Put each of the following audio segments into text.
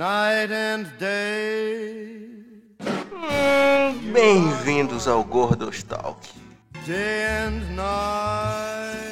night and day. Bem-vindos ao Gordos Talk. Day and night.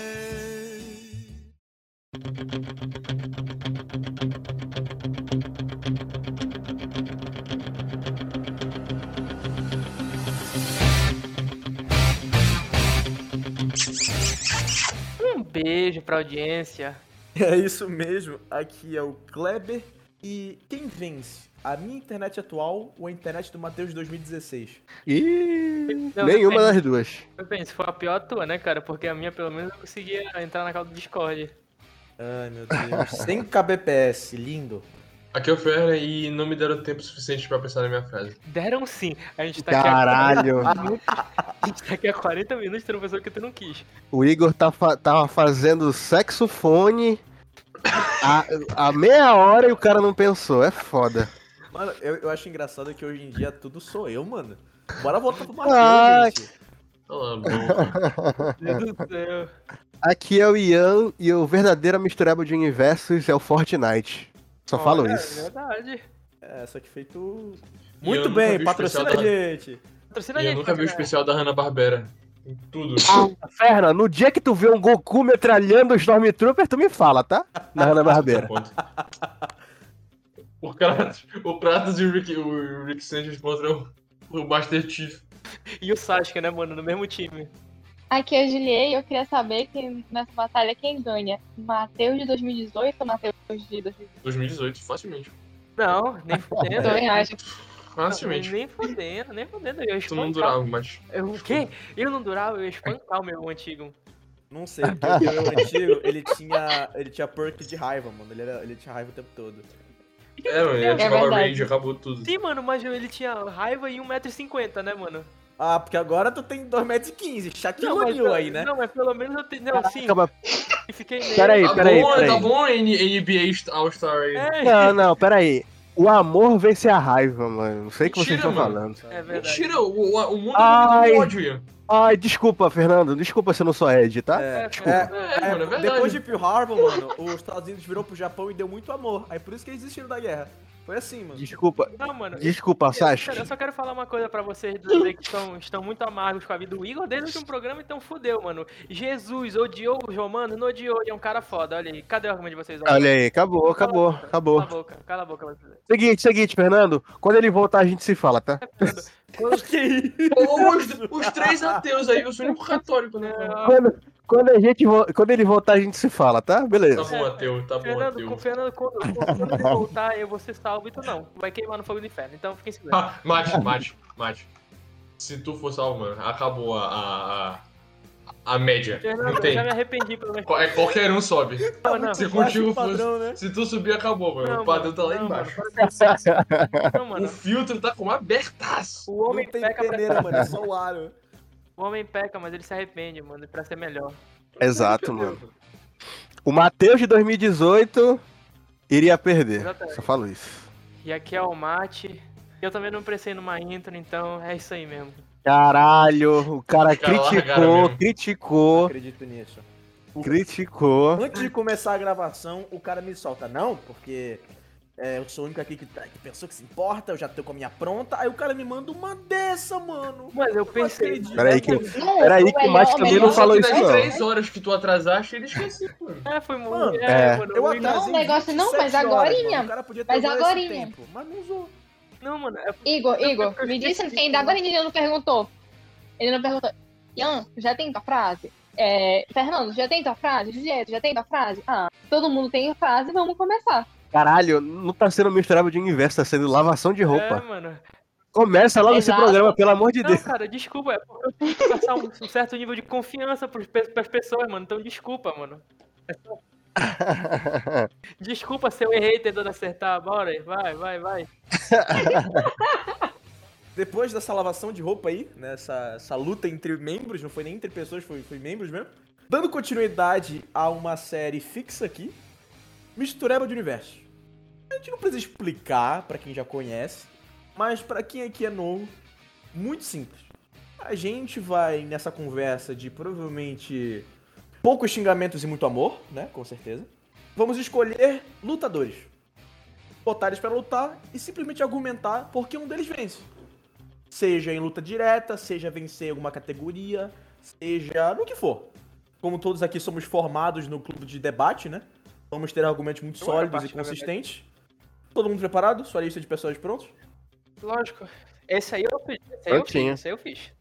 Um beijo pra audiência. É isso mesmo, aqui é o Kleber e quem vence? A minha internet atual ou a internet do Matheus de 2016? Não, Nenhuma das duas. Eu penso, foi a pior tua, né, cara? Porque a minha, pelo menos, eu conseguia entrar na call do Discord. Ai, meu Deus. 100 kbps, lindo. Aqui é o Ferra e não me deram tempo suficiente pra pensar na minha frase. Deram sim. A gente tá Caralho. aqui a gente tá aqui há 40 minutos tendo pessoa que tu não quis. O Igor tava fazendo saxofone há meia hora e o cara não pensou. É foda. Mano, eu acho engraçado que hoje em dia tudo sou eu, mano. Bora voltar pro Ai. Matheus, gente. Cala a boca. Meu Deus do céu. Aqui é o Ian e o verdadeiro mistureba de universos é o Fortnite. Só falo Olha, isso. É verdade. É, só que feito... E Muito eu nunca bem, vi o patrocina a especial gente. Patrocina a E eu gente, nunca vi o patrocina. especial da Hanna-Barbera. Em tudo. Ferna, no dia que tu vê um Goku metralhando os Stormtroopers, tu me fala, tá? Na Hanna-Barbera. O Kratos e o Rick Sanchez contra o Master Chief. E o Sasuke, né, mano? No mesmo time. Aqui é a Juliei e eu queria saber que nessa batalha quem ganha? Matheus de 2018 ou Matheus de 2018? 2018, facilmente. Não, nem fudendo. Também acho. Facilmente. Nem fudendo, nem fudendo. Eu ia Tu não espancar. durava, mas... O quê? Eu não durava, eu ia espancar o meu antigo. Não sei, porque o meu antigo, ele tinha perk de raiva, mano. Ele tinha raiva o tempo todo. Mano, ele ativava verdade. Rage, acabou tudo. Sim, mano, mas ele tinha raiva e 1,50 m, né, mano? Ah, porque agora tu tem 2,15 m. Shaquille Não, mas, O'Neal aí, né? Não, mas pelo menos eu tenho. Não, sim. Calma. E fiquei nele. Peraí, Tá peraí. bom, NBA All-Star aí. Não, peraí. O amor vence a raiva, mano. Não sei o que vocês Mentira, estão mano. falando. É verdade. Mentira, o mundo Ai. é ódio, Ian. Ai, desculpa, Fernando. Desculpa se eu não sou Ed, tá? mano, é verdade. Depois de Pearl Harbor, mano, os Estados Unidos virou pro Japão e deu muito amor. Aí por isso que eles desistiram da guerra. Foi assim, mano. Desculpa. Não, mano. Desculpa, Sasuke. Eu só quero falar uma coisa pra vocês dois que estão muito amargos com a vida. O Igor, desde o último programa, então fudeu, mano. Jesus odiou os romanos, não odiou, ele é um cara foda. Olha aí, cadê o argumento de vocês? Olha aí, acabou. Cala a boca, vocês. Seguinte, Fernando. Quando ele voltar, a gente se fala, tá? Que isso? Os três ateus aí, eu sou o único católico, né? Quando ele voltar, a gente se fala, tá? Beleza. Tá bom, ateu, tá bom, ateu. Fernando, quando ele voltar, eu vou ser salvo e tu não. Vai queimar no fogo do inferno, então fiquem seguros. Mate. Se tu for salvo, mano, acabou a média. Fernando, Não eu tem. já me arrependi pelo menos. Qualquer um sobe. Não, Se Baixo contigo padrão, fosse. né? Se tu subir, acabou, mano. Não, O padrão tá lá não, embaixo. Não, O mano. filtro tá como abertaço. O homem Não tem peca, peneira, mano, é só o aro. o homem peca, mas ele se arrepende, mano, pra ser melhor. Exato, mano. O Matheus de 2018 iria perder. Exatamente. Só falo isso. E aqui é o Mate. Eu também não prestei numa intro, então é isso aí mesmo. Caralho, o cara largaram mesmo. criticou. Acredito nisso. Criticou. Antes de começar a gravação, o cara me solta, não, porque eu sou o único aqui que pensou que se importa, eu já tô com a minha pronta. Aí o cara me manda uma dessa, mano. Mas eu pensei. acredito. Peraí que o Não, Mate também não falou isso, das não. 3 horas que tu atrasaste, ele esqueceu, mano. Foi muito. Mano, Mano, Eu o atrasei Não, o negócio não, 27 mas horas, agorinha. mano. O cara podia ter Mas usado esse agorinha. tempo, mas não usou. Não, mano. Igor, eu me esqueci disse disso, quem ainda agora ele não perguntou. Ele não perguntou. Ian, já tem tua frase? Fernando, já tem tua frase? Juliette, já tem tua frase? Ah, todo mundo tem a frase, vamos começar. Caralho, não tá sendo misturado de universo, tá sendo lavação de É, roupa. mano. Começa logo esse Exato. programa, pelo amor de Não, Deus. cara, desculpa. É porque eu tenho que passar um certo nível de confiança pras pessoas, mano. Então desculpa, mano. Desculpa se eu errei tentando acertar. Bora aí, vai. Depois dessa lavação de roupa aí, né, essa luta entre membros, não foi nem entre pessoas, foi membros mesmo. Dando continuidade a uma série fixa aqui, Mistureba de Universo. A gente não precisa explicar pra quem já conhece, mas pra quem aqui é novo, muito simples. A gente vai nessa conversa de provavelmente poucos xingamentos e muito amor, né, com certeza. Vamos escolher lutadores. botar eles pra lutar e simplesmente argumentar por que um deles vence. Seja em luta direta, seja vencer alguma categoria, seja no que for. Como todos aqui somos formados no clube de debate, né? Vamos ter argumentos muito sólidos e consistentes. Todo mundo preparado? Sua lista de personagens prontos? Lógico. Esse aí eu fiz. Esse aí eu fiz.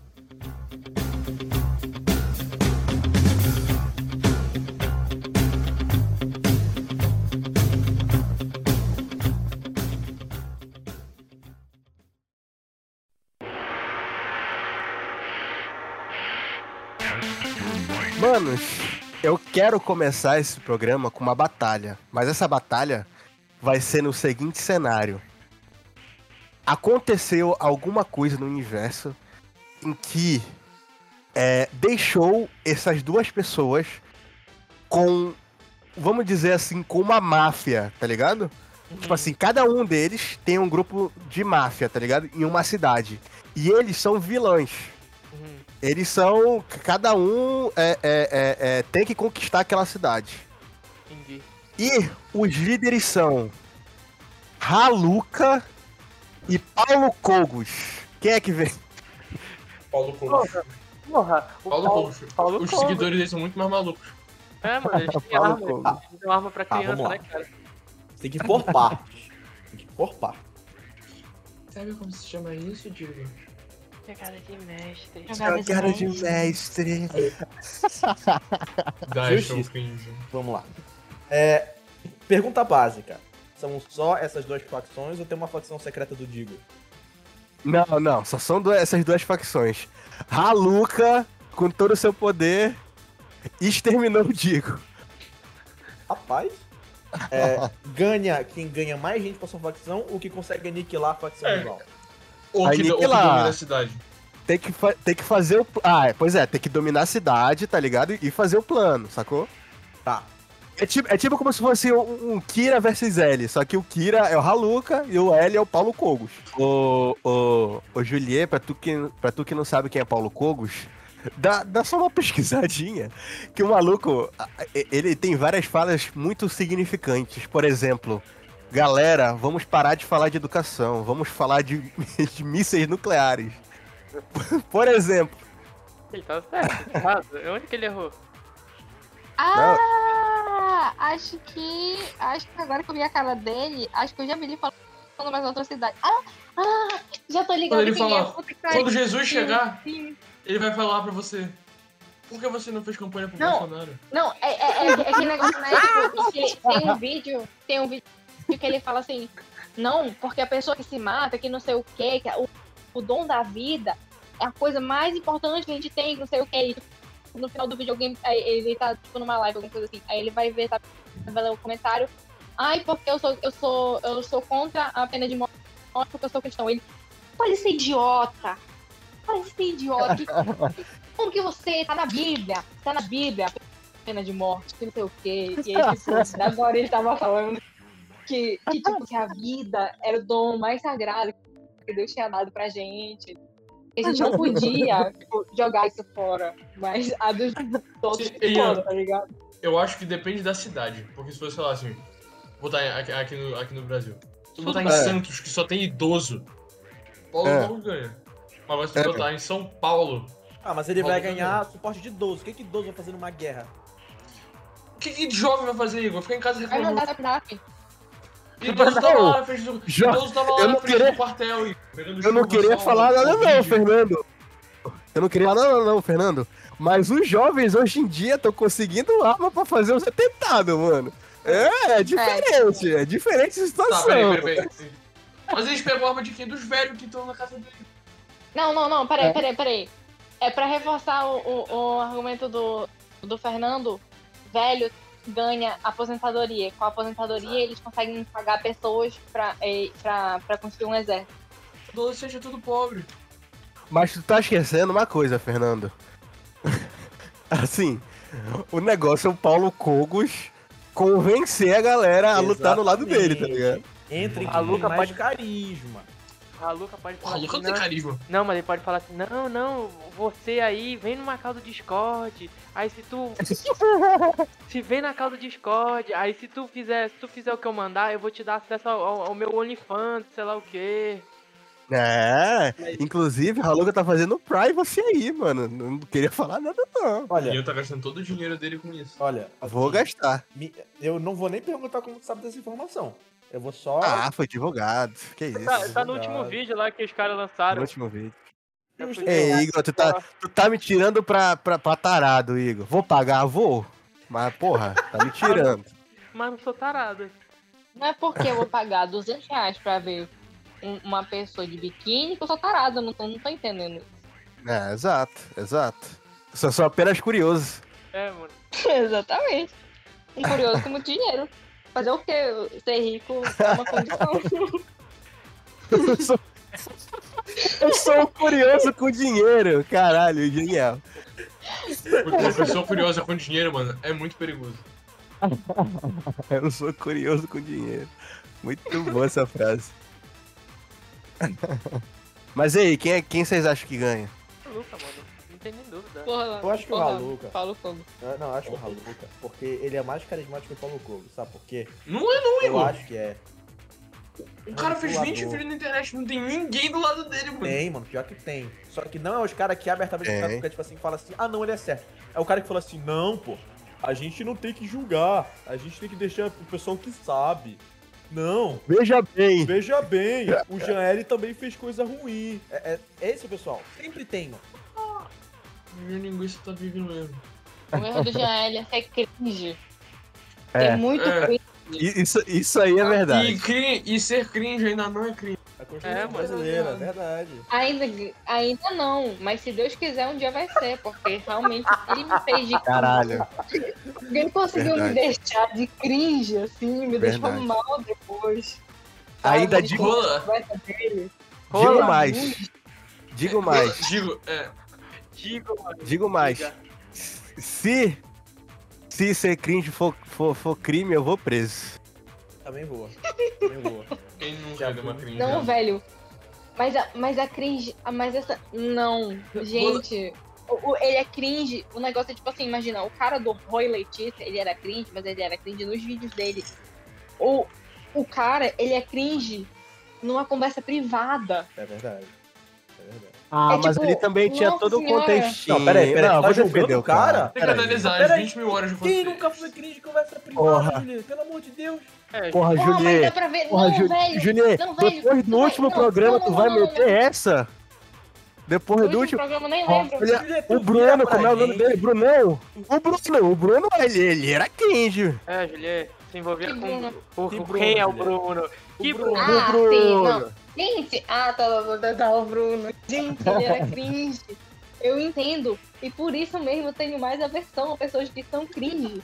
Manos, eu quero começar esse programa com uma batalha, mas essa batalha vai ser no seguinte cenário. Aconteceu alguma coisa no universo em que deixou essas duas pessoas com, vamos dizer assim, com uma máfia, tá ligado? Tipo assim, cada um deles tem um grupo de máfia, tá ligado? Em uma cidade. E eles são vilões. Eles são... Cada um tem que conquistar aquela cidade. Entendi. E os líderes são Haluka e Paulo Kogos. Quem é que vem? Paulo Cogos. Porra, Paulo Cogos. Paulo Os Cogos. seguidores deles são muito mais malucos. É, mano, eles têm Paulo arma. Cogos. Eles dão arma pra criança, vamos lá. né, cara? Você tem que ir por partes. Tem que ir por partes. Sabe como se chama isso, Diego? Pegada de mestre. Cara de mestre. Dá Justiça. cringe. Vamos lá. Pergunta básica. São só essas duas facções ou tem uma facção secreta do Digo? Não, só são essas duas facções. Haluka, com todo o seu poder, exterminou o Digo. Rapaz. Ganha quem ganha mais gente pra sua facção ou que consegue aniquilar a facção rival? Ou que Aniquilar. domina a cidade. Tem que fazer o... tem que dominar a cidade, tá ligado? E fazer o plano, sacou? Tá. É tipo como se fosse um Kira versus L, só que o Kira é o Haluka e o L é o Paulo Kogos. Ô Juliet, pra tu que não sabe quem é Paulo Kogos, dá só uma pesquisadinha, que o maluco, ele tem várias falas muito significantes. Por exemplo, galera, vamos parar de falar de educação, vamos falar de mísseis nucleares. Por exemplo. Ele tá certo, tá errado. Onde que ele errou? Acho que agora que eu vi a cara dele, acho que eu já vi ele falando mais outra cidade. Já tô ligando Quando ele quem é. falar, Puta que pariu. quando Jesus chegar, Sim. ele vai falar pra você: por que você não fez campanha pro Não. Bolsonaro? Não, é aquele negócio, né? Tipo, que tem um vídeo que ele fala assim, não, porque a pessoa que se mata, que não sei o quê, que o dom da vida é a coisa mais importante que a gente tem, não sei o quê. E no final do vídeo ele tá tipo numa live, alguma coisa assim. Aí ele vai ver, tá, vai ler o comentário. Porque eu sou contra a pena de morte porque eu sou cristão. Ele, pode ser idiota. Como que você tá na Bíblia? Pena de morte, que não sei o quê. E aí, tipo, agora ele tava falando que a vida era o dom mais sagrado que Deus tinha dado pra gente. A gente não podia jogar isso fora, mas a dos outros fora, tá ligado? Eu acho que depende da cidade, porque se fosse, sei lá, assim, botar aqui no Brasil, se botar em Santos, que só tem idoso, Paulo não ganha. Mas se botar em São Paulo... mas ele vai ganhar suporte de idoso. O que idoso vai fazer numa guerra? O que jovem vai fazer, Igor? Ficar em casa Vai reclamando. mandar WhatsApp. Idoso tava lá na frente do quartel. Eu não queria falar nada não, Fernando. Eu não queria falar nada não, Fernando. Mas os jovens hoje em dia estão conseguindo arma pra fazer os atentados, mano. É diferente, é diferente a situação. Tá, peraí. Mas eles pegam arma de quem? Dos velhos que estão na casa dele. Não, peraí. É pra reforçar o argumento do Fernando, velho ganha aposentadoria. Com a aposentadoria, eles conseguem pagar pessoas pra construir um exército. Ou seja, tudo pobre. Mas tu tá esquecendo uma coisa, Fernando. Assim, o negócio é o Paulo Kogos convencer a galera a lutar no lado dele, tá ligado? Entra em A Luca mais pode- carisma. Haluka pode O falar Haluka assim, não tem não, carisma. não, mas ele pode falar assim, não, você aí, vem numa call do Discord, aí se tu... se vem na call do Discord, aí se tu fizer o que eu mandar, eu vou te dar acesso ao meu OnlyFans, sei lá o quê. É, inclusive, o Haluka tá fazendo privacy aí, mano. Não queria falar nada, não. O Olha, Dinho tá gastando todo o dinheiro dele com isso. olha. Vou assim, gastar. Eu não vou nem perguntar como tu sabe dessa informação. Eu vou só. Ah, foi divulgado. Que isso. Tá no último vídeo lá que os caras No lançaram. último vídeo. Justo. Ei, Igor, tu tá me tirando pra tarado, Igor. Vou pagar? Vou. Mas, porra, tá me tirando. Mas não sou tarado. Não é porque eu vou pagar R$200 pra ver uma pessoa de biquíni que eu sou tarada, não tô entendendo isso. É, exato. Sou apenas curioso. É, mano. Exatamente. Um curioso com muito dinheiro. Fazer o quê? Ser rico é uma condição. Eu sou um curioso com dinheiro. Caralho, genial. Porque uma pessoa curiosa com dinheiro, mano, é muito perigoso. Eu sou curioso com dinheiro. Muito boa essa frase. Mas e aí, quem vocês acham que ganha? Haluka, mano. Não tem nem dúvida. Porra, Eu acho que o porra, Haluka. Paulo Fogo. Não, eu acho que o Haluka. Porque ele é mais carismático que o Paulo Cogo. Sabe por quê? Não é não, Eu Igor. acho que é. O cara fez 20 manipulador. vídeos na internet, não tem ninguém do lado dele, mano. Tem, mano, pior que tem. Só que não é os caras que abertamente Tem. fica, tipo assim, fala assim, ah não, ele é certo. É o cara que fala assim, não, pô, a gente não tem que julgar, a gente tem que deixar o pessoal que sabe. Não, Veja bem. veja bem, o Janelle também fez coisa ruim. É esse o pessoal, sempre tem, mano. Minha linguiça tá vivendo mesmo. O erro do Jael é ser cringe. É. Tem muito É. cringe. Isso aí é verdade. E ser cringe ainda não é cringe. A Constituição mas brasileira, não. verdade. Ainda não, mas se Deus quiser, um dia vai ser, porque realmente ele me fez de Caralho. Ele conseguiu Verdade. me deixar de cringe, assim, me deixou Verdade. mal depois. Ainda Sabe? digo- Rola. Conversa dele. Digo mais. Digo mais. Digo, mano. Diga. Se ser cringe for crime, eu vou preso. Também voa. Quem nunca deu uma cringe? Não, né? velho. Mas a cringe. Mas essa. Não, gente. Ele é cringe. O negócio é tipo assim, imagina, o cara do Roy Letícia, ele era cringe, mas ele era cringe nos vídeos dele. O cara, ele é cringe numa conversa privada. É verdade. Ah, É mas tipo, ele também tinha nossa todo o senhora. contextinho. Não, peraí, Não, tá vou julgando defender o cara? Tem que analisar as Peraí. 20 mil horas de Quem conteúdo. nunca foi cringe de conversa privada, Porra. Juliê? Pelo amor de Deus. É, Porra, Porra, mas dá Juliê. pra ver. Porra, Não, velho. Juliê, Não, velho, depois do não vai- último não, programa, não, tu não, vai não, meter não. essa? Depois do O último. programa eu nem Ó, lembro. olha, Juliê, tu o vira Bruno, pra como é o nome gente. dele? Brunão? O Bruno, ele era cringe. Juliette, se envolvia Que com. Bruno? O, Que quem Bruno, é o Juliette? Bruno? Que Bruno. Bruno? Ah, Bruno. sim, não. Gente, tá o Bruno. Gente, ele era cringe. Eu entendo. E por isso mesmo eu tenho mais aversão a pessoas que são cringe.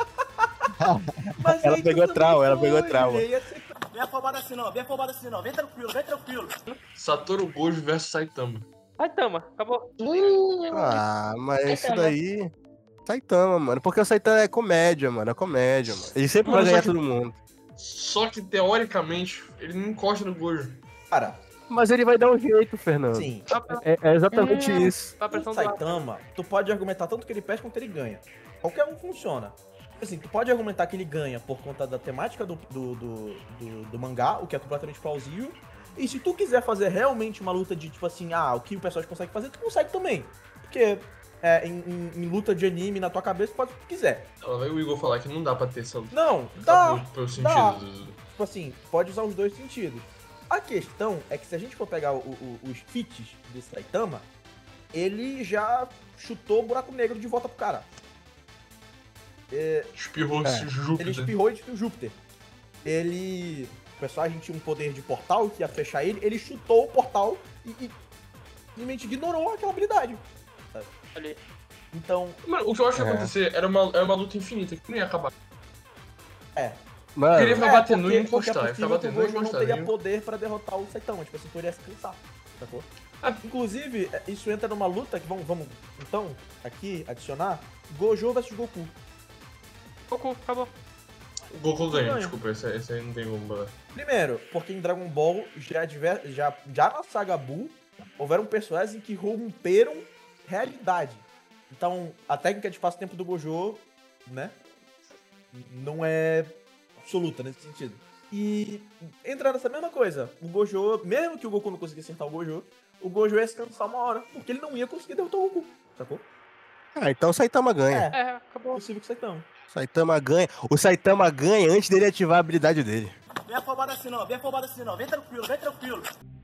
Mas Ela aí tu pegou também trauma, ela foi, pegou trauma. Juliê, ia ser- Vem afobado assim não, vem tranquilo. Satoru Gojo versus Saitama. Vai, Tama, acabou. Ah, mas isso Saitama. daí. Saitama, mano. Porque o Saitama é comédia, mano. É comédia, mano. Ele sempre Mano, vai ganhar só que- todo mundo. Só que, teoricamente, ele não encosta no Gojo. Cara, Mas ele vai dar um jeito, Fernando. sim. É exatamente isso. Tá O pressão do Saitama, tu pode argumentar tanto que ele perde quanto ele ganha. Qualquer um funciona. Assim, tu pode argumentar que ele ganha por conta da temática do mangá, o que é completamente plausível. E se tu quiser fazer realmente uma luta de, tipo assim, o que o personagem consegue fazer, tu consegue também. Porque em luta de anime, na tua cabeça, tu pode o que tu quiser. Ela vai o Igor falar que não dá pra ter essa luta. Não, dá. Pelo dá. sentido. Tipo assim, pode usar os dois sentidos. A questão é que se a gente for pegar os feats do Saitama, ele já chutou o buraco negro de volta pro cara. Espirrou É. Júpiter. Ele espirrou e destruiu Júpiter. O personagem tinha um poder de portal que ia fechar ele chutou o portal e simplesmente ignorou aquela habilidade. Ali. Então, Mano, o que eu acho que ia acontecer era uma luta infinita, que não ia acabar. Mano, Queria ficar batendo e porque encostar. é Ia ficar possível que o batendo e Gojo não encostar. teria viu? poder pra derrotar o Saitama, tipo assim, poderia se cansar, sacou? Ah. Inclusive, isso entra numa luta que vamos então, aqui, adicionar, Gojo versus Goku. Goku, acabou. O Goku ganha, Ganha. desculpa, esse aí não tem como botar. Primeiro, porque em Dragon Ball, já na saga Buu, houveram personagens que romperam realidade. Então, a técnica de espaço-tempo do Gojo, né, não é absoluta nesse sentido. E entra nessa mesma coisa. O Gojo, mesmo que o Goku não conseguisse acertar o Gojo ia se cansar uma hora, porque ele não ia conseguir derrotar o Goku, sacou? Ah, então o Saitama ganha. É, Acabou. possível que Saitama. Saitama ganha. O Saitama ganha antes dele ativar a habilidade dele. Vem afobado assim não, vem afobado assim não. Vem tranquilo, vem tranquilo.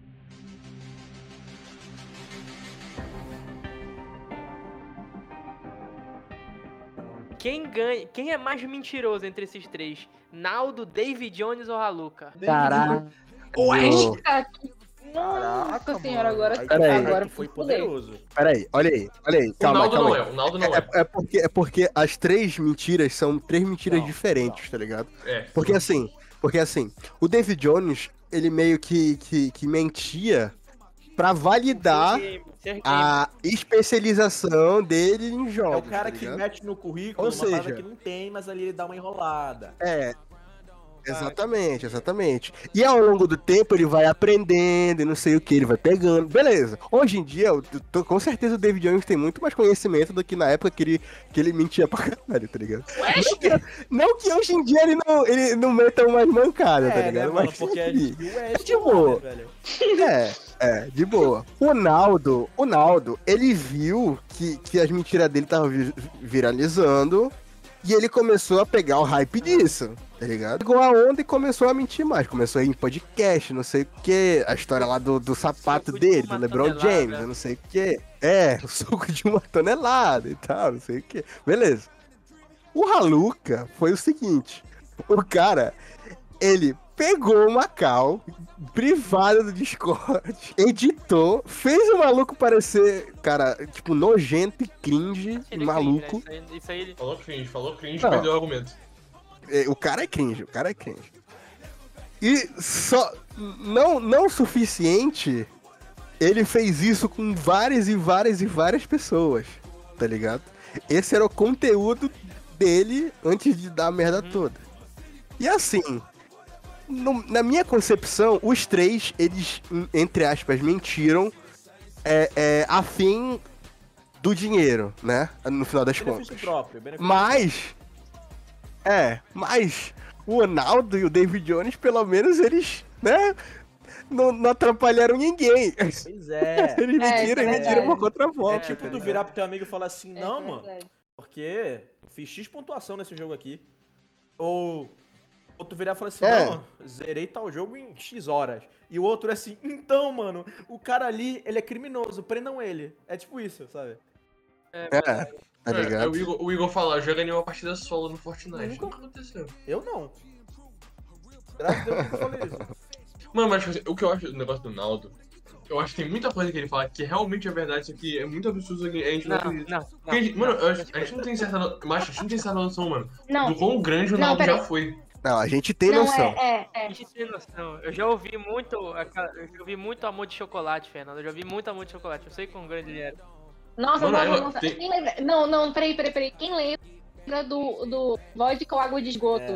Quem ganha? Quem é mais mentiroso entre esses três? Naldo, David Jones ou Haluka? Caraca. Eita, nossa Caraca, senhora, mano. agora, Aí Peraí. agora foi foi poder. poderoso. Peraí, olha aí. O Calma, Naldo calma não aí. é, o Naldo não é. É porque as três mentiras são três mentiras Não, diferentes, tá ligado? É. Porque assim, o David Jones, ele meio que mentia pra validar Ser game. a especialização dele em É jogos. o cara tá que ligado? mete no currículo Ou uma parada seja- que não tem, mas ali ele dá uma enrolada. É. Exatamente. E ao longo do tempo ele vai aprendendo e não sei o que, ele vai pegando. Beleza. Hoje em dia, com certeza o David Jones tem muito mais conhecimento do que na época que ele mentia pra caralho, tá ligado? Não que hoje em dia ele não meta umas mancadas, tá ligado? né, mano? Mas Porque é sim, de West, de boa. velho. De boa. O Naldo, ele viu que as mentiras dele estavam viralizando e ele começou a pegar o hype disso, tá ligado? Pegou a onda e começou a mentir mais. Começou a ir em podcast, não sei o que. A história lá do sapato Suco de dele, do uma LeBron tonelada. James, eu não sei o que. O suco de uma tonelada e tal, não sei o que. Beleza. O Haluka foi o seguinte. O cara, ele pegou o Macau, privado do Discord, editou, fez o maluco parecer, cara, tipo, nojento e cringe, Ele é maluco. cringe, né? Isso aí ele... Falou cringe, Não. perdeu o argumento. O cara é cringe. E só, não o suficiente, ele fez isso com várias pessoas, tá ligado? Esse era o conteúdo dele antes de dar a merda toda. E assim, na minha concepção, os três, eles, entre aspas, mentiram a fim do dinheiro, né? No final das Benefício contas. próprio, benefício Mas o Ronaldo e o David Jones, pelo menos, eles, né? Não atrapalharam ninguém. Pois é. Eles É, mentiram isso é uma verdade. contra a É volta. tipo tá tu ligado? virar pro teu amigo e falar assim, não, É mano, verdade. porque fiz X pontuação nesse jogo aqui. Ou tu virar e falar assim, É. não, mano, zerei tal jogo em X horas. E o outro é assim, então, mano, o cara ali, ele é criminoso, prendam ele. É tipo isso, sabe? Tá ligado? O Igor fala, eu já ganhei uma partida solo no Fortnite. Nunca aconteceu. Eu não. Graças a Deus que eu falei isso. Mano, mas tipo assim, o que eu acho do negócio do Naldo, eu acho que tem muita coisa que ele fala que realmente é verdade, isso aqui é muito absurdo, a gente não acredita. Porque a gente- mano, a gente não tem certa noção, mano, Não, do quão grande o Não, Naldo já peraí. foi. Não, a gente tem não noção. A gente tem noção. Eu já ouvi muito. Eu já ouvi muito Amor de Chocolate, Fernando. Eu já ouvi muito Amor de Chocolate. Eu sei quão grande ele era. Nossa, Mano, nossa. tem- Quem lembra? Não, peraí. Quem lembra do vodka ou água de esgoto?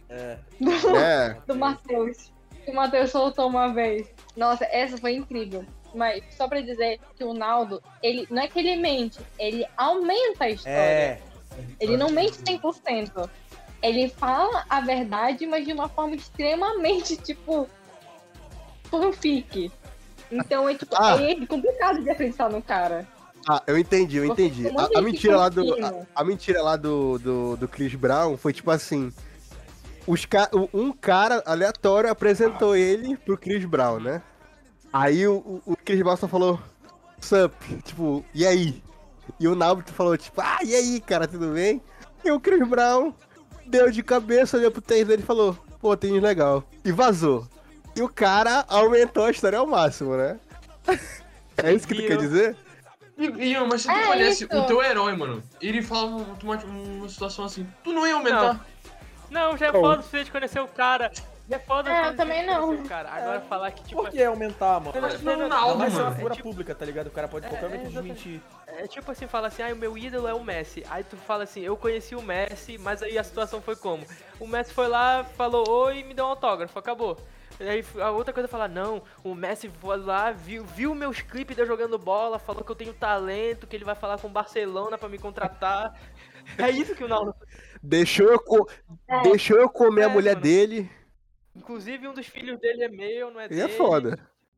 Do Matheus. Que o Matheus soltou uma vez. Nossa, essa foi incrível. Mas só pra dizer que o Naldo, ele não é que ele mente, ele aumenta a história. Ele não mente 100%. Ele fala a verdade, mas de uma forma extremamente, tipo, fanfic. Então é, tipo, é complicado de acreditar no cara. Eu entendi. Porque tem um monte A de mentira lá confirma. a mentira lá do Chris Brown foi tipo assim. Um cara aleatório apresentou ele pro Chris Brown, né? Aí o Chris Brown só falou, sup, tipo, e aí? E o Naldo falou, tipo, e aí, cara, tudo bem? E o Chris Brown deu de cabeça, olhou pro tênis dele e falou, pô, tênis legal. E vazou. E o cara aumentou a história ao máximo, né? É isso que tu quer dizer? Mas se tu conhece o teu herói, mano, ele fala uma situação assim, tu não ia aumentar. Não, já é foda o suficiente conhecer o cara. E é foda É, eu fazer também isso, não. cara. Agora falar que, tipo... Por que aumentar, mano? Mas não, não, não, Vai ser uma mano. figura É tipo- pública, tá ligado? O cara pode qualquer momento desmentir. É tipo assim, fala assim, o meu ídolo é o Messi. Aí tu fala assim, eu conheci o Messi, mas aí a situação foi como? O Messi foi lá, falou oi e me deu um autógrafo, acabou. E aí a outra coisa é falar, não, o Messi foi lá, viu meus clipes de eu jogando bola, falou que eu tenho talento, que ele vai falar com o Barcelona pra me contratar. É isso que o Naldo... Deixou eu comer a mulher mano. dele. Inclusive um dos filhos dele é meu, não é E dele. é foda.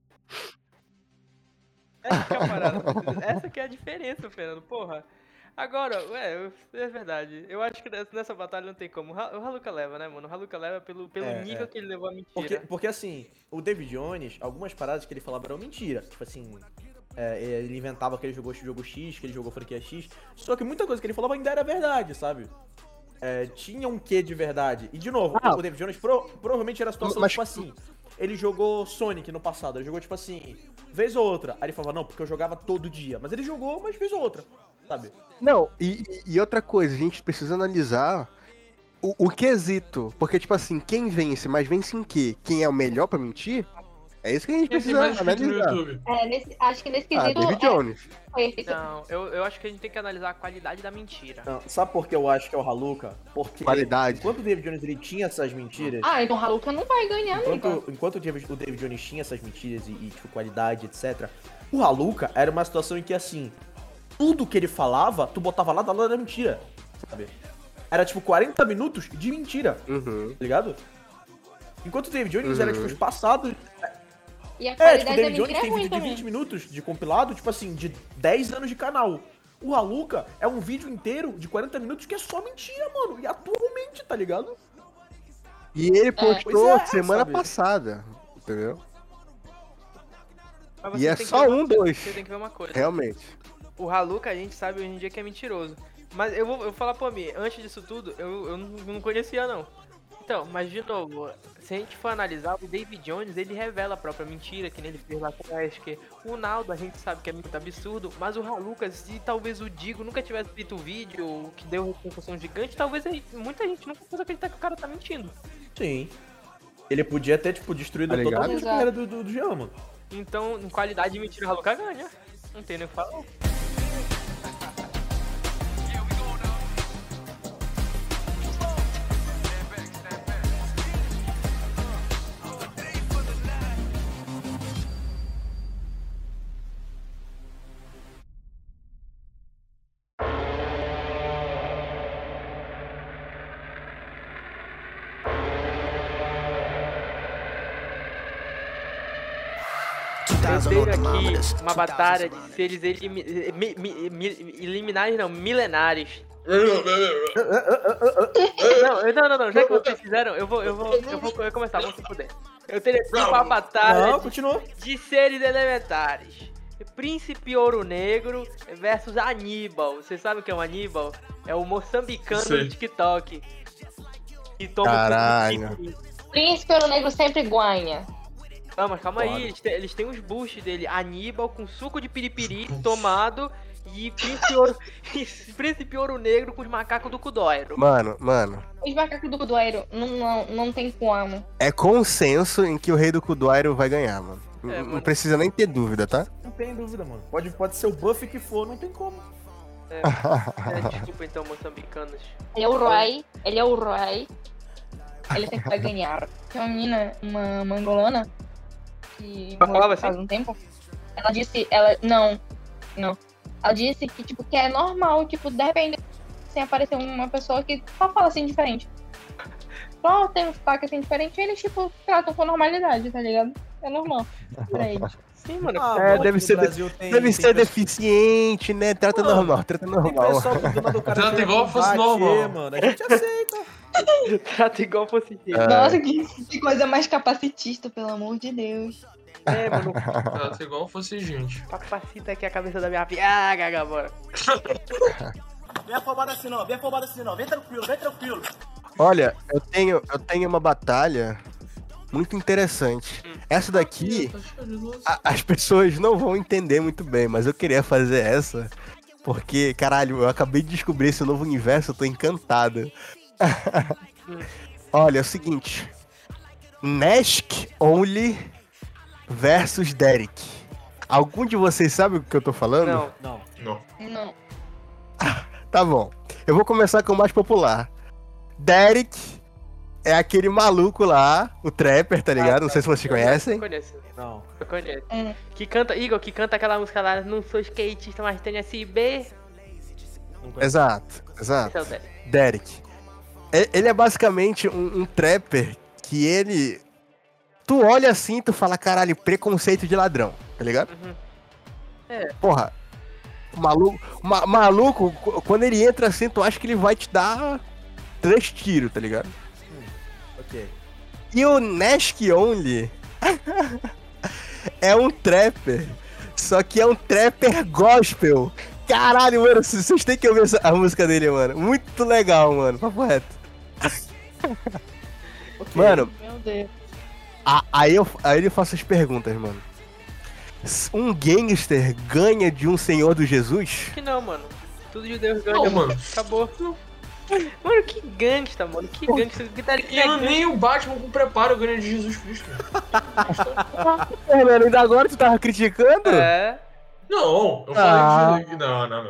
Essa que é a parada. Essa que é a diferença, Fernando. Porra. Agora, é verdade. Eu acho que nessa batalha não tem como. O Haluka leva, né, mano? O Haluka leva pelo nível que ele levou a mentira. Porque assim, o David Jones, algumas paradas que ele falava eram mentira. Tipo assim, ele inventava que ele jogou jogo X, que ele jogou franquia X. Só que muita coisa que ele falava ainda era verdade, sabe? Tinha um quê de verdade. E de novo, o David Jones provavelmente era a situação, Mas- tipo assim. Ele jogou Sonic no passado, ele jogou tipo assim, vez ou outra. Aí ele falava, não, porque eu jogava todo dia. Mas ele jogou, mas vez ou outra, sabe? Não, e outra coisa, a gente precisa analisar o quesito. Porque, tipo assim, quem vence, mas vence em quê? Quem é o melhor pra mentir? É isso que a gente Quem tem precisa mais inscrito no analisar. YouTube? Acho que nesse Ah, quesito David Jones. foi esse. Não, eu acho que a gente tem que analisar a qualidade da mentira. Não, sabe por que eu acho que é o Haluka? Porque Qualidade. enquanto o David Jones ele tinha essas mentiras, Ah, então o Haluka não vai ganhar nunca. enquanto o David Jones tinha essas mentiras e tipo, qualidade, etc., o Haluka era uma situação em que, assim, tudo que ele falava, tu botava lá da lado da mentira, sabe? Era, tipo, 40 minutos de mentira, Uhum. tá ligado? Enquanto o David Jones era, tipo, espaçado... E a tipo, qualidade o da David Jones mentira é tem ruim vídeo de também. 20 minutos de compilado, tipo assim, de 10 anos de canal. O Haluka é um vídeo inteiro de 40 minutos que é só mentira, mano. E atualmente, tá ligado? E ele postou Pois é, semana sabe? passada, entendeu? Mas E você é tem que só ver uma um, coisa, dois. Você tem que ver uma coisa. Realmente. O Haluka a gente sabe hoje em dia que é mentiroso. Mas eu vou falar pra mim, antes disso tudo, eu não conhecia não. Então, mas de novo, se a gente for analisar, o David Jones, ele revela a própria mentira, que nem ele fez lá com o Wesker. O Naldo, a gente sabe que é muito absurdo, mas o Haluka, se talvez o Digo nunca tivesse feito o vídeo, que deu repercussão gigante, talvez muita gente nunca fosse acreditar que o cara tá mentindo. Sim. Ele podia ter, tipo, destruído Tá ligado? totalmente a carreira do Jean, mano. Então, em qualidade de mentira, o Haluka ganha. Não tem nem o que falar. Eu tenho aqui uma batalha de seres eliminares, não, milenares. Não, já que vocês fizeram, eu vou começar, vamos se fuder. Eu teria aqui uma batalha Não, continua. de seres elementares. Príncipe Ouro Negro versus Aníbal. Vocês sabem o que é um Aníbal? É o moçambicano Sei. do TikTok. E toma Caralho. tudo de Príncipe Ouro Negro sempre ganha. Não, mas calma Claro. aí, eles têm uns boosts dele. Aníbal com suco de piripiri tomado e Príncipe Ouro Negro com os macacos do Kudóiro. Mano, Os macacos do Kudoiro não tem como. é consenso em que o rei do Kudoiro vai ganhar, mano. É, Não mano. precisa nem ter dúvida, tá? Não tem dúvida, mano. Pode ser o buff que for, não tem como. Desculpa então, moçambicanos. Ele é o Roy. Ele sempre vai ganhar. Tem uma menina, uma mangolana, que Ela falava faz assim? um tempo. Ela disse, não. Ela disse que, tipo, que é normal, tipo, de repente, assim, aparecer uma pessoa que só fala assim diferente. Só tem um sotaque assim diferente, e eles, tipo, tratam com normalidade, tá ligado? É normal pra eles. Sim, mano. Mano, deve aqui no ser Brasil tem ser pessoa- deficiente, né? Trata Mano, normal, trata Tem normal. pessoal que do nada o cara Trata chega igual com fosse bater, normal. mano. A gente aceita. Trata igual fosse gente. Nossa, que coisa mais capacitista, pelo amor de Deus. É, mano. Trata igual fosse gente. Capacita aqui a cabeça da minha viaga, bora. Vem afobado assim não, vem afobado assim não. Vem tranquilo, vem tranquilo. Olha, eu tenho uma batalha muito interessante. Essa daqui, as pessoas não vão entender muito bem, mas eu queria fazer essa porque, caralho, eu acabei de descobrir esse novo universo, eu tô encantado. Olha, é o seguinte. Nesk Only versus Derek. Algum de vocês sabe o que eu tô falando? Não. Não. Não. Não. Tá bom. Eu vou começar com o mais popular. Derek é aquele maluco lá, o Trapper, tá ligado? Não sei se vocês conhecem. Eu conheço. Não. Eu conheço. É. Que canta, Igor, que canta aquela música lá, não sou skatista, mas tenho SB. Não conheço. Exato, Esse exato. é o Derek. Derek. Ele é basicamente um trapper que ele... Tu olha assim e tu fala, caralho, preconceito de ladrão, tá ligado? Uhum. Porra, maluco, quando ele entra assim, tu acha que ele vai te dar 3 tiros, tá ligado? Ok. E o Nesk Only é um trapper, só que é um trapper gospel. Caralho, mano, vocês têm que ouvir a música dele, mano. Muito legal, mano, papo reto. Mano, Meu Deus. aí eu faço as perguntas, mano. Um gangster ganha de um senhor do Jesus? Que não, mano. Tudo de Deus ganha, Não, mano. Acabou. Mano, que gangsta, mano. Que gangsta. Que Derek é gangsta. Nem o Batman com preparo ganha de Jesus Cristo. Mano, ainda agora tu tava criticando? É. Não, eu falei de... Não. Não.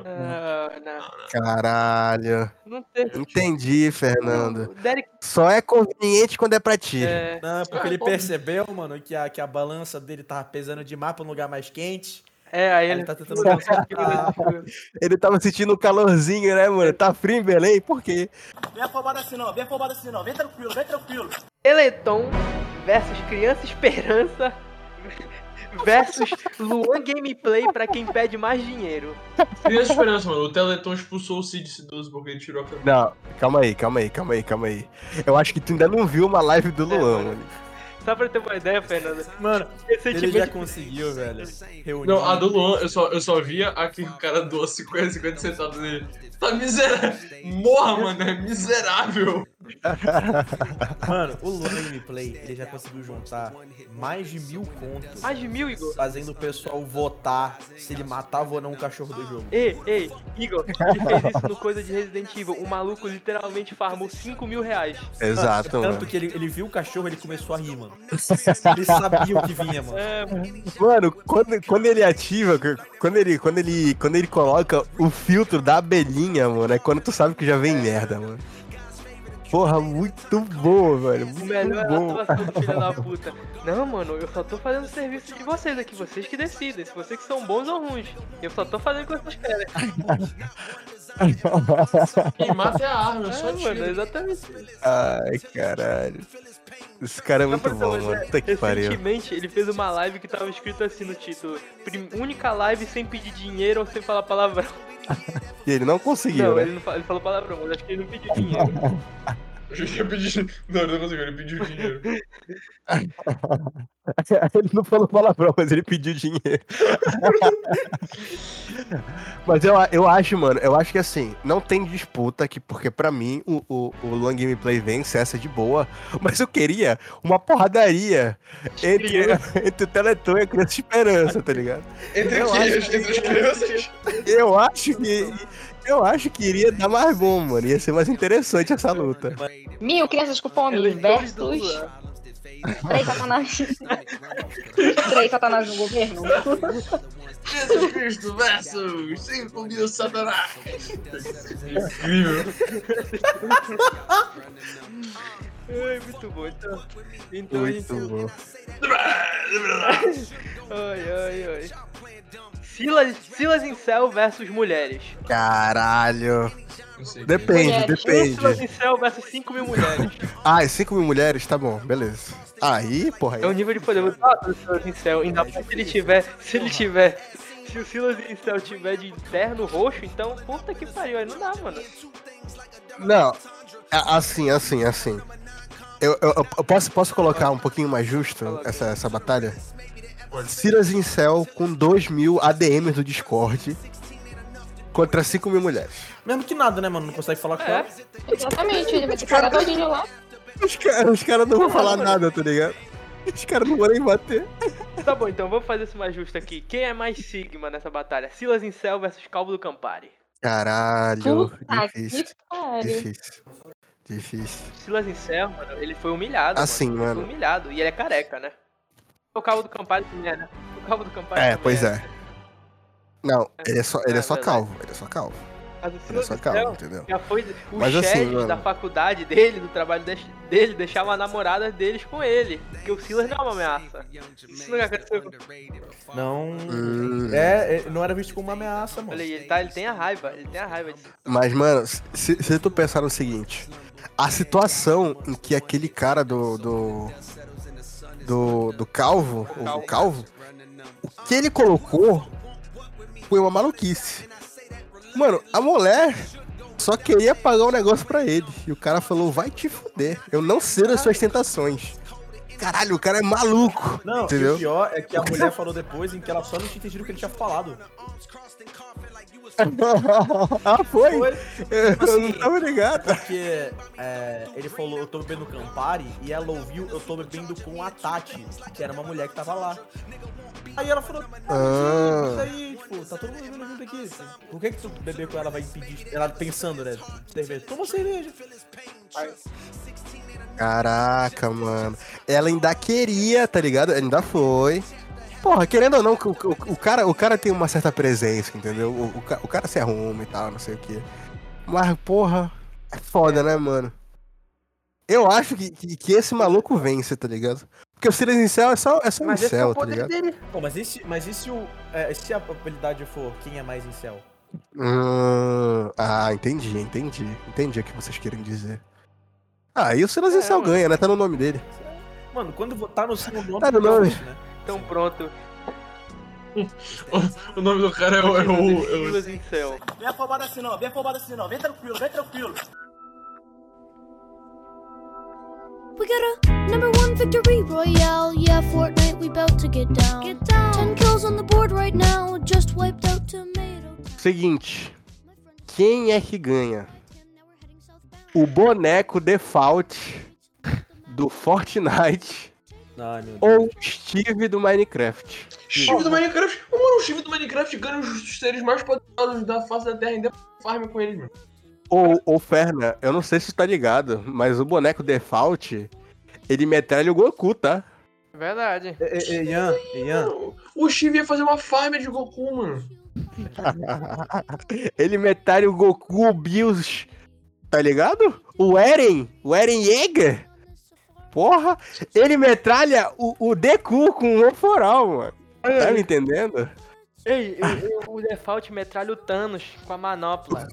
Caralho. Não tem. Entendi, Fernando. O Derek Só é conveniente quando é pra ti. é. Não, porque Ah, ele bom. percebeu, mano, que a balança dele tava pesando demais pra um lugar mais quente. É, aí Ele ele tá tentando balançar. Ele tava sentindo o calorzinho, né, mano? Tá frio em Belém? Por quê? Vem afobado assim não, vem afobado assim não. Vem tranquilo, vem tranquilo. Teleton versus Criança Esperança versus Luan Gameplay pra quem pede mais dinheiro. Criança Esperança, mano. O Teleton expulsou o Cid Cidoso porque ele tirou a câmera. Não, calma aí. Eu acho que tu ainda não viu uma live do Luan, mano. mano. Só pra ter uma ideia, Fernanda. Mano, ele já Recentemente, conseguiu, velho. Reunir. Não, a do Luan, eu só via aqui que o cara doou 50 centavos dele. Tá miserável. Morra, mano, é miserável. Mano, o Luna Gameplay, ele já conseguiu juntar mais de 1000 contos. mais de 1000, Igor. Fazendo o pessoal votar se ele matava ou não o cachorro do jogo. Ei, Igor, ele fez isso no coisa de Resident Evil. O maluco literalmente farmou 5 mil reais. Exato, Tanto mano. que ele viu o cachorro, ele começou a rir, mano. Ele sabia o que vinha, mano. É, Mano, quando ele ativa, quando ele coloca o filtro da abelhinha, mano, é quando tu sabe que já vem merda, mano. Porra, muito bom, velho. o Muito melhor é a bom. atuação do filho da puta. Não, mano, eu só tô fazendo o serviço de vocês aqui. Vocês que decidem. Se vocês que são bons ou ruins. Eu só tô fazendo o que vocês querem. Quem mata é a arma, eu só É, mano, tiro. exatamente isso. Ai, caralho. Esse cara é muito bom, mano. Puta que pariu. Recentemente, ele fez uma live que tava escrito assim no título: única live sem pedir dinheiro ou sem falar palavrão. E ele não conseguiu, Não, né? ele falou palavrão, mas acho que ele não pediu dinheiro. Eu ia pedir. Não, ele não conseguiu, ele pediu dinheiro. Ele não falou palavrão, mas ele pediu dinheiro. Mas eu acho, mano, que assim, não tem disputa aqui, porque pra mim o Luan Gameplay vence essa de boa, mas eu queria uma porradaria entre o Teleton e a Criança Esperança, tá ligado? Entre Eu as crianças. Eu acho que iria dar mais bom, mano, ia ser mais interessante essa luta. 1000 crianças com fome Eleitores versus do Luan. 3 satanás. 3 satanás no governo. Jesus Cristo versus 5.000 satanás. Incrível. Ai, muito bom. Então a gente. Muito bom. Ai. Silas em Cell versus mulheres. Caralho. Não sei. Depende, Mulheres. Silas depende. em Cell versus 5 mil mulheres. Ah, 5 mil mulheres, tá bom, beleza. Aí, porra, aí. É o nível de poder muito alto do Silas em Cell. Ainda mais se ele tiver. Se o Silas em Cell tiver de terno roxo, então puta que pariu, aí não dá, mano. Não, assim. Eu posso colocar um pouquinho mais justo essa batalha? Silas em Cell com 2.000 ADMs do Discord contra 5 mil mulheres. Mesmo que nada, né, mano? Não consegue falar com É. ela. Exatamente, ele vai te cagar todinho lá. Os caras não vão falar nada, tá ligado? Os caras não vão nem bater. Tá bom, então vamos fazer isso mais justo aqui. Quem é mais Sigma nessa batalha? Silas em Cell versus Calvo do Campari. Caralho, Puta que difícil. pariu. Difícil. Difícil. O Silas Incel, mano, ele foi humilhado. Assim, Ele foi mano. humilhado. E ele é careca, né? O Cabo do Campari também é, né? O Cabo do Campari É, também pois é. Não, ele é só verdade. calvo. Ele é só calvo. Mas o Ele é Silas só calvo, Incel entendeu? já foi o Mas assim, Chad mano. da faculdade dele, do trabalho dele, deixava a namorada deles com ele. Porque o Silas não é uma ameaça. Isso nunca aconteceu. Não. Hum. Não era visto como uma ameaça, mano. Olha aí, ele tem a raiva disso. Mas, mano, se tu pensar no seguinte, a situação em que aquele cara do calvo, o calvo, o que ele colocou foi uma maluquice. Mano, a mulher só queria pagar um negócio pra ele. E o cara falou, vai te fuder, eu não sei das suas tentações. Caralho, o cara é maluco, Não, entendeu? e o pior é que a mulher falou depois em que ela só não tinha entendido o que ele tinha falado. Ah, foi? Eu Assim, não tava ligado. Porque ele falou, eu tô bebendo Campari, e ela ouviu, eu tô bebendo com a Tati, que era uma mulher que tava lá. Aí ela falou, isso aí, tipo, tá todo mundo bebendo junto aqui. Por que tu beber com ela vai impedir? Ela pensando, né? Cerveja. Toma cerveja. Caraca, mano. Ela ainda queria, tá ligado? Ainda foi. Porra, querendo ou não, o cara tem uma certa presença, entendeu? O cara se arruma e tal, não sei o quê. Mas, porra, é foda, né, mano? Eu acho que esse maluco vence, tá ligado? Porque o Silas Incel é só Mas esse é incel, o tá poder ligado? dele. Pô, mas e se a habilidade for quem é mais incel? Entendi. Entendi o que vocês querem dizer. E o Silas Incel mano. ganha, né? Tá no nome dele. Mano, quando votar no seu nome, Tá no nome. né? Então pronto. O nome do cara é o Silas Incel. Vem afobado assim não, vem afobado assim não. Vem tranquilo, vem tranquilo. We got a #1 victory royale. Yeah, Fortnite, we bout to get down. 10 kills on the board right now. Just wiped out Tomato. Seguinte, quem é que ganha? O boneco default do Fortnite Ai, meu Deus. ou o Steve do Minecraft? Steve do Minecraft. Mano, o Steve do Minecraft ganha os seres mais poderosos da face da Terra e ainda farm com eles, mano. Ou Ferna, eu não sei se tu tá ligado, mas o boneco default, ele metralha o Goku, tá? Verdade. Ian. O Steve ia fazer uma farm de Goku, mano. Ele metralha o Goku, o Bills, tá ligado? O Eren Yeager. Porra, ele metralha o Deku com o Foral, mano. Tá me entendendo? Ei, o Default metralha o Thanos com a manopla.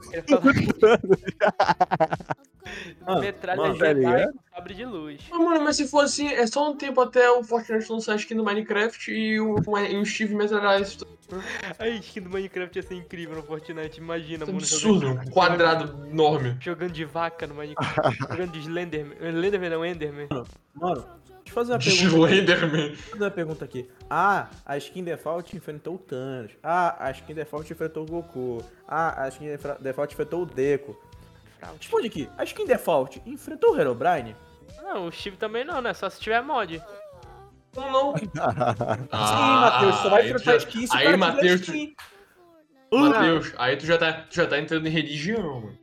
Metralha mano, tá Jedi ligado? com sabre de luz. Mas se for assim, é só um tempo até o Fortnite lançar a skin do Minecraft e o Steve metralhar isso. A skin do Minecraft ia ser incrível no Fortnite, imagina, mano. Absurdo, um quadrado enorme. Jogando de vaca no Minecraft, jogando de Slenderman. Slenderman não, Enderman. Mano, deixa eu fazer uma pergunta. Slenderman. Deixa eu fazer uma pergunta aqui. A skin default enfrentou o Thanos. A skin default enfrentou o Goku. A skin default enfrentou o Deku. Responde aqui. A skin default enfrentou o Herobrine? Não, o Steve também não, né? Só se tiver mod. Não. Sim, Matheus, só vai enfrentar a skin se o Aí, cara Matheus, tiver skin. Matheus, aí tu já tá entrando em religião, mano.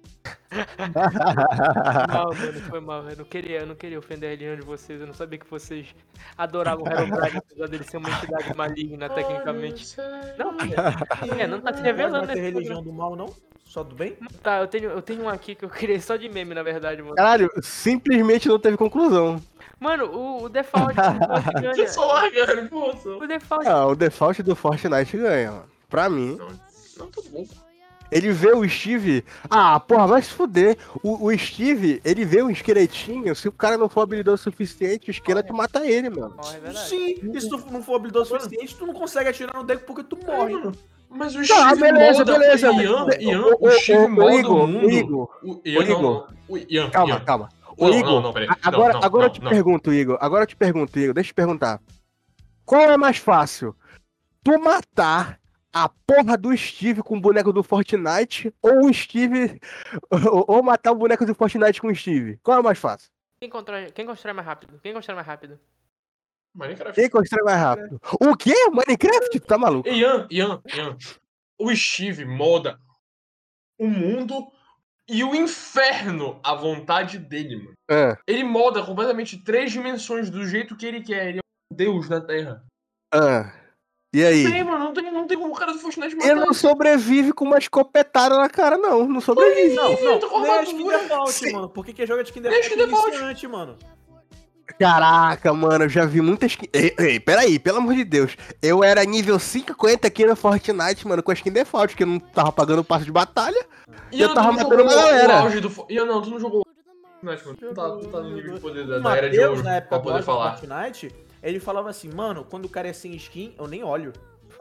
Mal, mano, foi mal. Eu não queria ofender a religião de vocês. Eu não sabia que vocês adoravam o Herobrine, apesar dele ser uma entidade maligna tecnicamente. Não, não tá se revelando Não vai ter nesse religião do mal, não? Só do bem? Tá, eu tenho um aqui que eu criei só de meme, na verdade, mano. Caralho, simplesmente não teve conclusão. Mano, o Default ganha. Que só largaram, poça. O Default. O default do Fortnite ganha, mano. Pra mim. Não, tá bom. Ele vê o Steve. Porra, vai se fuder. O Steve, ele vê um esqueletinho. Se o cara não for habilidoso o suficiente, o esqueleto mata ele, mano. É verdade. Sim, e se tu não for habilidoso o suficiente, tu não consegue atirar no deck porque tu morre. Mano, mas o Steve beleza. Ian, o Steve molda o mundo. Igor. Calma. Igor, peraí. Agora eu te pergunto, Igor. Deixa eu te perguntar. Qual é mais fácil? Tu matar a porra do Steve com o boneco do Fortnite ou o Steve. ou matar o boneco do Fortnite com o Steve? Qual é mais fácil? Quem constrói mais rápido? Minecraft. Quem constrói mais rápido? O quê? Minecraft? Tu tá maluco? Ian. O Steve molda o mundo e o inferno à vontade dele, mano. Ah, Ele molda completamente 3 dimensões do jeito que ele quer. Ele é um deus na Terra. ah. E Não aí? tem, mano. Não tem como o cara do Fortnite matar Ele não isso. sobrevive com uma escopetada na cara, não. Não sobrevive. Não, tô com nem a skin armadura. default, Sim. mano. Por que joga de skin Nem a default skin default. iniciante, mano? Caraca, mano, eu já vi muitas skin. Ei, peraí, pelo amor de Deus. Eu era nível 50 aqui no Fortnite, mano, com a skin default, que eu não tava pagando o passo de batalha. E eu tava tu não matando jogou uma galera. o auge do não, tu não jogou o Fortnite, mano. Tu tá no nível de poder O da era de Matheus, ouro na época pra do poder auge do falar. Fortnite, ele falava assim, mano, quando o cara é sem skin, eu nem olho.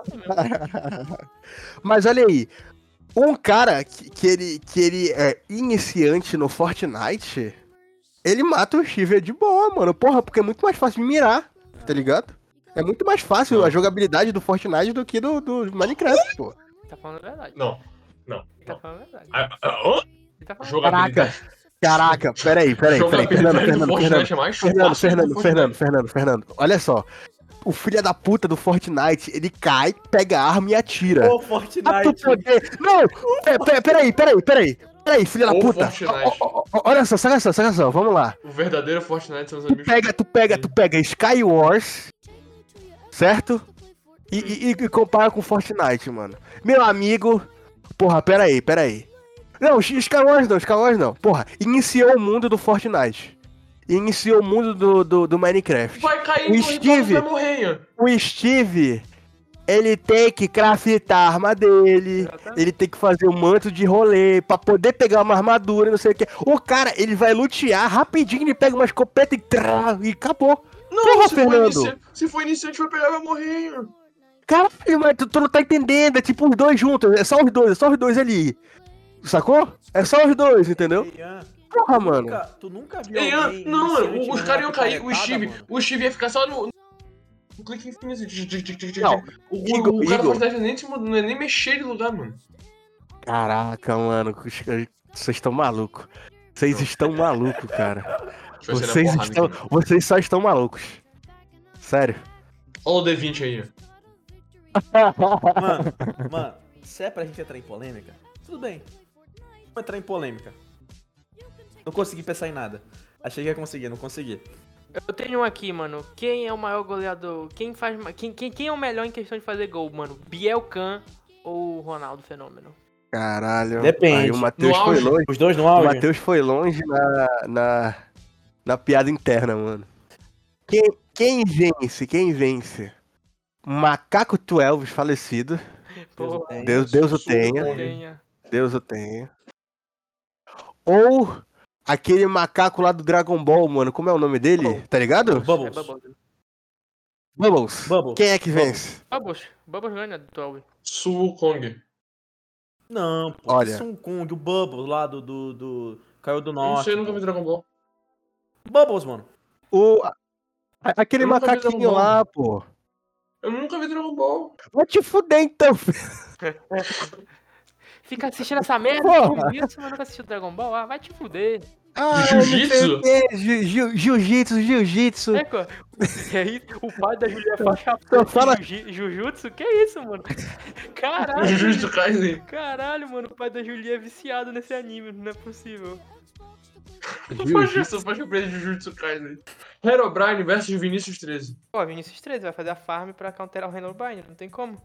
Mas olha aí, um cara que ele é iniciante no Fortnite, ele mata o Chiver de boa, mano. Porra, porque é muito mais fácil de mirar, tá ligado? É muito mais fácil Não. a jogabilidade do Fortnite do que do Minecraft, pô. Tá falando a verdade. Não. Tá falando a verdade. Hã? Ele tá falando Jogabilidade. Caraca, peraí. Jogabilidade do Fortnite é mais fácil do Fortnite. Fernando, olha só. O filho da puta do Fortnite, ele cai, pega a arma e atira. Ô, Pra tu Fortnite. poder... Não! Peraí, filha da Ô, puta. Fortnite. Olha só, saca só, vamos lá. O verdadeiro Fortnite são os Tu amigos. pega Sky Wars, certo? E compara com Fortnite, mano. Meu amigo... Porra, peraí. Não, Sky Wars não. Porra, iniciou o mundo do Fortnite. Iniciou o mundo do Minecraft. Vai cair O no Steve- vai morrer. O Steve, ele tem que craftar a arma dele, Exatamente. ele tem que fazer um manto de rolê pra poder pegar uma armadura e não sei o que. O cara, ele vai lutear rapidinho, ele pega uma escopeta e acabou. Não, Porra, se Fernando. for iniciante, vai pegar e vai morrer. Caralho, mas tu não tá entendendo, é tipo os dois juntos, é só os dois ali. Sacou? É só os dois, entendeu? Ian, Porra, mano. tu nunca viu Ei, alguém não, mano, iniciante os na caras iam cair, picaretada, mano? o Steve ia ficar só no clique infinito. Não, O cara Igor. do Fortnite nem mexer de lugar, mano. Caraca, mano, vocês estão malucos. Vocês estão malucos, cara. Deixa eu ser na porrada aqui. Vocês só estão malucos. Sério. Olha o D20 aí, ó. Mano, se é pra gente entrar em polêmica, tudo bem. Vamos entrar em polêmica. Não consegui pensar em nada. Achei que ia conseguir, não consegui. Eu tenho um aqui, mano. Quem é o maior goleador? Quem é o melhor em questão de fazer gol, mano? Biel Can ou o Ronaldo Fenômeno? Caralho. Depende. Aí o Matheus No foi auge. longe. Os dois no O auge? Matheus foi longe na piada interna, mano. Quem vence? Macaco 12 falecido. Pô, Deus o tenha. tenha. Deus o tenha. Ou aquele macaco lá do Dragon Ball, mano. Como é o nome dele? Tá ligado? É Bubbles. Bubbles. Bubbles. Quem é que vence? Bubbles ganha do 12. Su Kong. Não, pô. Olha. Sun Kung, o Bubbles lá do Caiu do Eu não Norte. sei, nunca vi Dragon Ball. Bubbles, mano. Aquele Eu nunca vi macaquinho Dragon Ball. lá, pô. Eu nunca vi Dragon Ball. Vai te fuder então. Fica assistindo essa merda, Porra. por isso, mas nunca assistiu Dragon Ball? Ah, vai te fuder. Ah, Jiu-jitsu? não sei o quê. Jiu-jitsu. É, cara. É isso? O pai da Julia faixa Então fala- Jujutsu? Que isso, mano? Caralho. Jujutsu Kaisen. Caralho, mano, o pai da Julia é viciado nesse anime, não é possível. Só faz aprender Jujutsu Kaisen. Herobrine versus Vinícius 13. Pô, Vinícius 13 vai fazer a farm pra counterar o Herobrine, não tem como.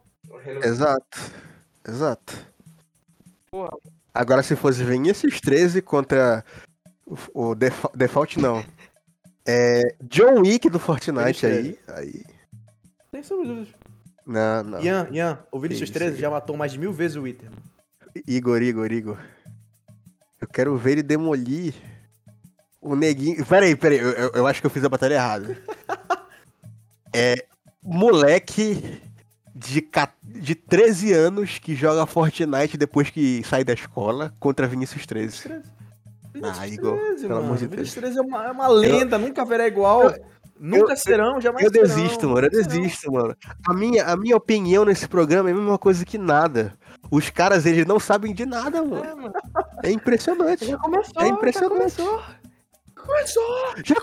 Exato. Porra. Agora se fosse Vinícius 13 contra o Default não. É John Wick do Fortnite aí. Sem sombra de dúvidas. Não. Ian, o Vinicius Isso, 13 já matou mais de 1000 vezes o Wither. Igor. Eu quero ver ele demolir o neguinho. Peraí, eu acho que eu fiz a batalha errada. É moleque de 13 anos que joga Fortnite depois que sai da escola contra Vinícius 13. Igor, 13, pelo amor de Vinicius Deus. 13 é uma lenda, nunca haverá igual. Nunca serão, jamais Eu serão. desisto, mano. A minha opinião nesse programa é a mesma coisa que nada. Os caras, eles não sabem de nada, mano. É impressionante. Já começou, É impressionante. Já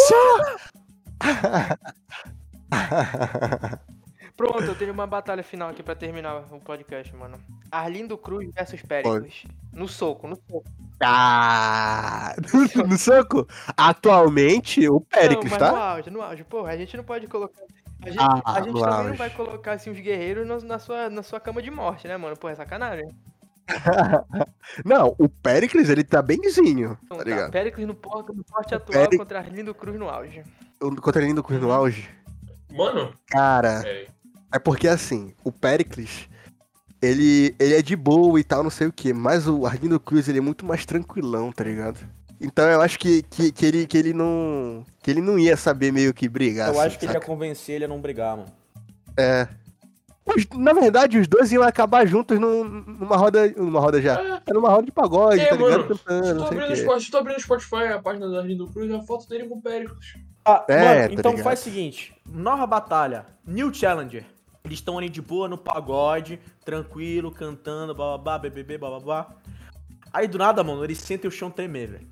começou! Pronto, eu tenho uma batalha final aqui pra terminar o podcast, mano. Arlindo Cruz versus Péricles. No soco. Ah, no soco? Atualmente, o Péricles, não, mas tá? no auge, porra, a gente não pode colocar. A gente, Ah, a gente no também auge. não vai colocar assim os guerreiros na sua cama de morte, né, mano? Porra, é sacanagem. Não, o Péricles, ele tá benzinho, Então, tá ligado? Péricles no porte atual Péric- contra Arlindo Cruz no auge. Contra ele no Cruz no auge. Mano, Cara, é. é porque assim, o Péricles, ele é de boa e tal, não sei o que, mas o Arlindo Cruz, ele é muito mais tranquilão, tá ligado? Então eu acho que ele não ia saber meio que brigar. Eu assim, acho que ele ia saca? convencer ele a não brigar, mano. É. Na verdade, os dois iam acabar juntos numa roda já. É numa roda de pagode, É, tá ligado? mano, Cantando, não sei o quê. se tu abrir no Spotify a página da Arlindo Cruz, a foto dele com o Péricles. Ah, É, mano, tá então ligado. faz o seguinte: nova batalha, New Challenger. Eles estão ali de boa no pagode, tranquilo, cantando, bababá, BBB, bababá. Aí do nada, mano, eles sentem o chão tremer, velho.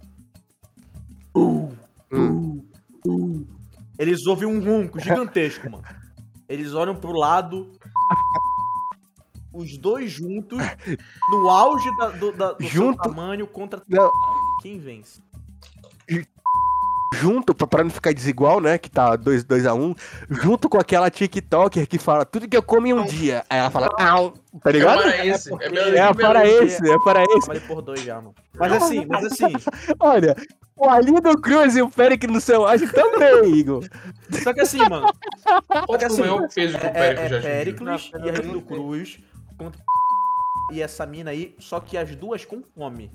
Eles ouvem um ronco gigantesco, mano. Eles olham pro lado, os dois juntos, no auge do seu Junto? tamanho contra Não, quem vence. junto, pra não ficar desigual, né? Que tá 2-1, junto com aquela TikToker que fala tudo que eu como em um dia. Aí ela fala, au, tá É ligado? paraense. É É a paraense, é paraense. Falei por dois já, mano. Mas assim, Olha, o Arlindo Cruz e o Péricles no seu auge também, Igor. só que assim, mano. Qual que é assim, o maior peso que o Péricles já atingiu? Péricles e Arlindo Cruz contra e essa mina aí, só que as duas com fome.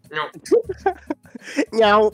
Não.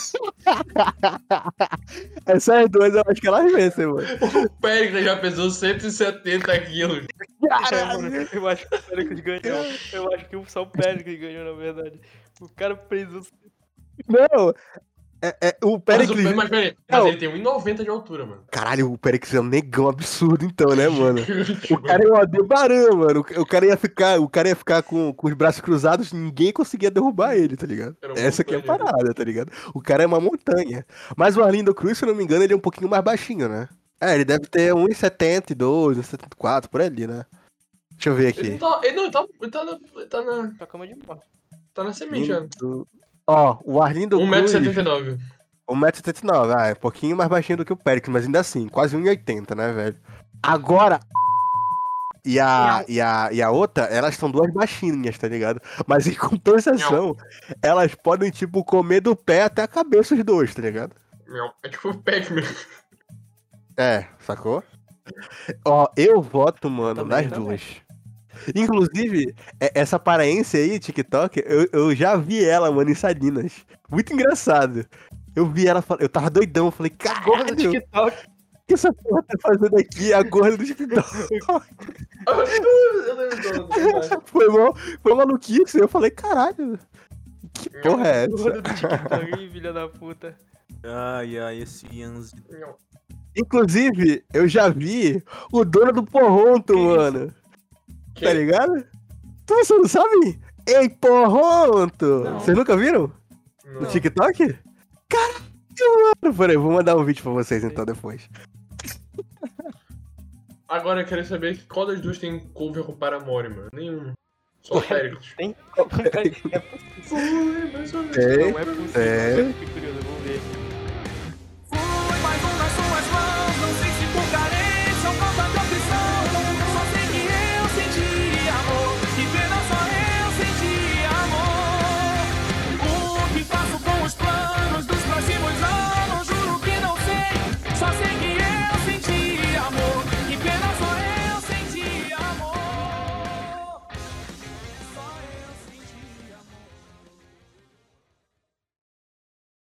Essas duas eu acho que elas vencem, mano. O Péricles já pesou 170 quilos. Caralho. Eu acho que o Péricles ganhou. Eu acho que só o Péricles ganhou, na verdade. O cara fez o. Não, o Mas, Péricles... mas peraí, mas ele tem 1,90 de altura, mano. Caralho, o Péricles é um negão absurdo então, né, mano? O cara é um Aldebaran, mano. O cara ia ficar com os braços cruzados, ninguém conseguia derrubar ele, tá ligado? Era uma Essa aqui é a montanha. parada, tá ligado? O cara é uma montanha. Mas o Arlindo Cruz, se eu não me engano, ele é um pouquinho mais baixinho, né? É, ele deve ter 1,72, 1,74, por ali, né? Deixa eu ver Ele aqui. não tá. Ele Sua cama de morte. tá na semente, já. Ó, o Arlindo Cruz... 1,79m. 1,79m, é um pouquinho mais baixinho do que o Péricles, mas ainda assim, quase 1,80, né, velho? Agora, e a outra, elas são duas baixinhas, tá ligado? Mas em compensação, elas podem, tipo, comer do pé até a cabeça os dois, tá ligado? É tipo o Pac-Man. É, sacou? Ó, eu voto, mano, Também, nas também. duas. Inclusive, essa paraense aí, TikTok, eu já vi ela, mano, em Salinas. Muito engraçado. Eu vi ela, eu tava doidão, eu falei, Gordo do caralho, TikTok. o que essa porra tá fazendo aqui? A gorda do TikTok. Foi maluquice. Eu falei, caralho, que porra é essa? Gordo do TikTok, filha da puta. Ai, esse Yanzi. Inclusive, eu já vi o dono do Porronto, Que isso? mano. Tá ligado? Você não sabe? Ei, Porronto! Não. Vocês nunca viram? Não. No TikTok? Caralho, mano. Peraí, vou mandar um vídeo pra vocês então depois. Agora eu quero saber qual das duas tem cover com Paramore, mano. Nenhuma. Só o Péricles. Tem? Foi, mais ou menos. Tem, Não é possível. tem. Eu fiquei curioso.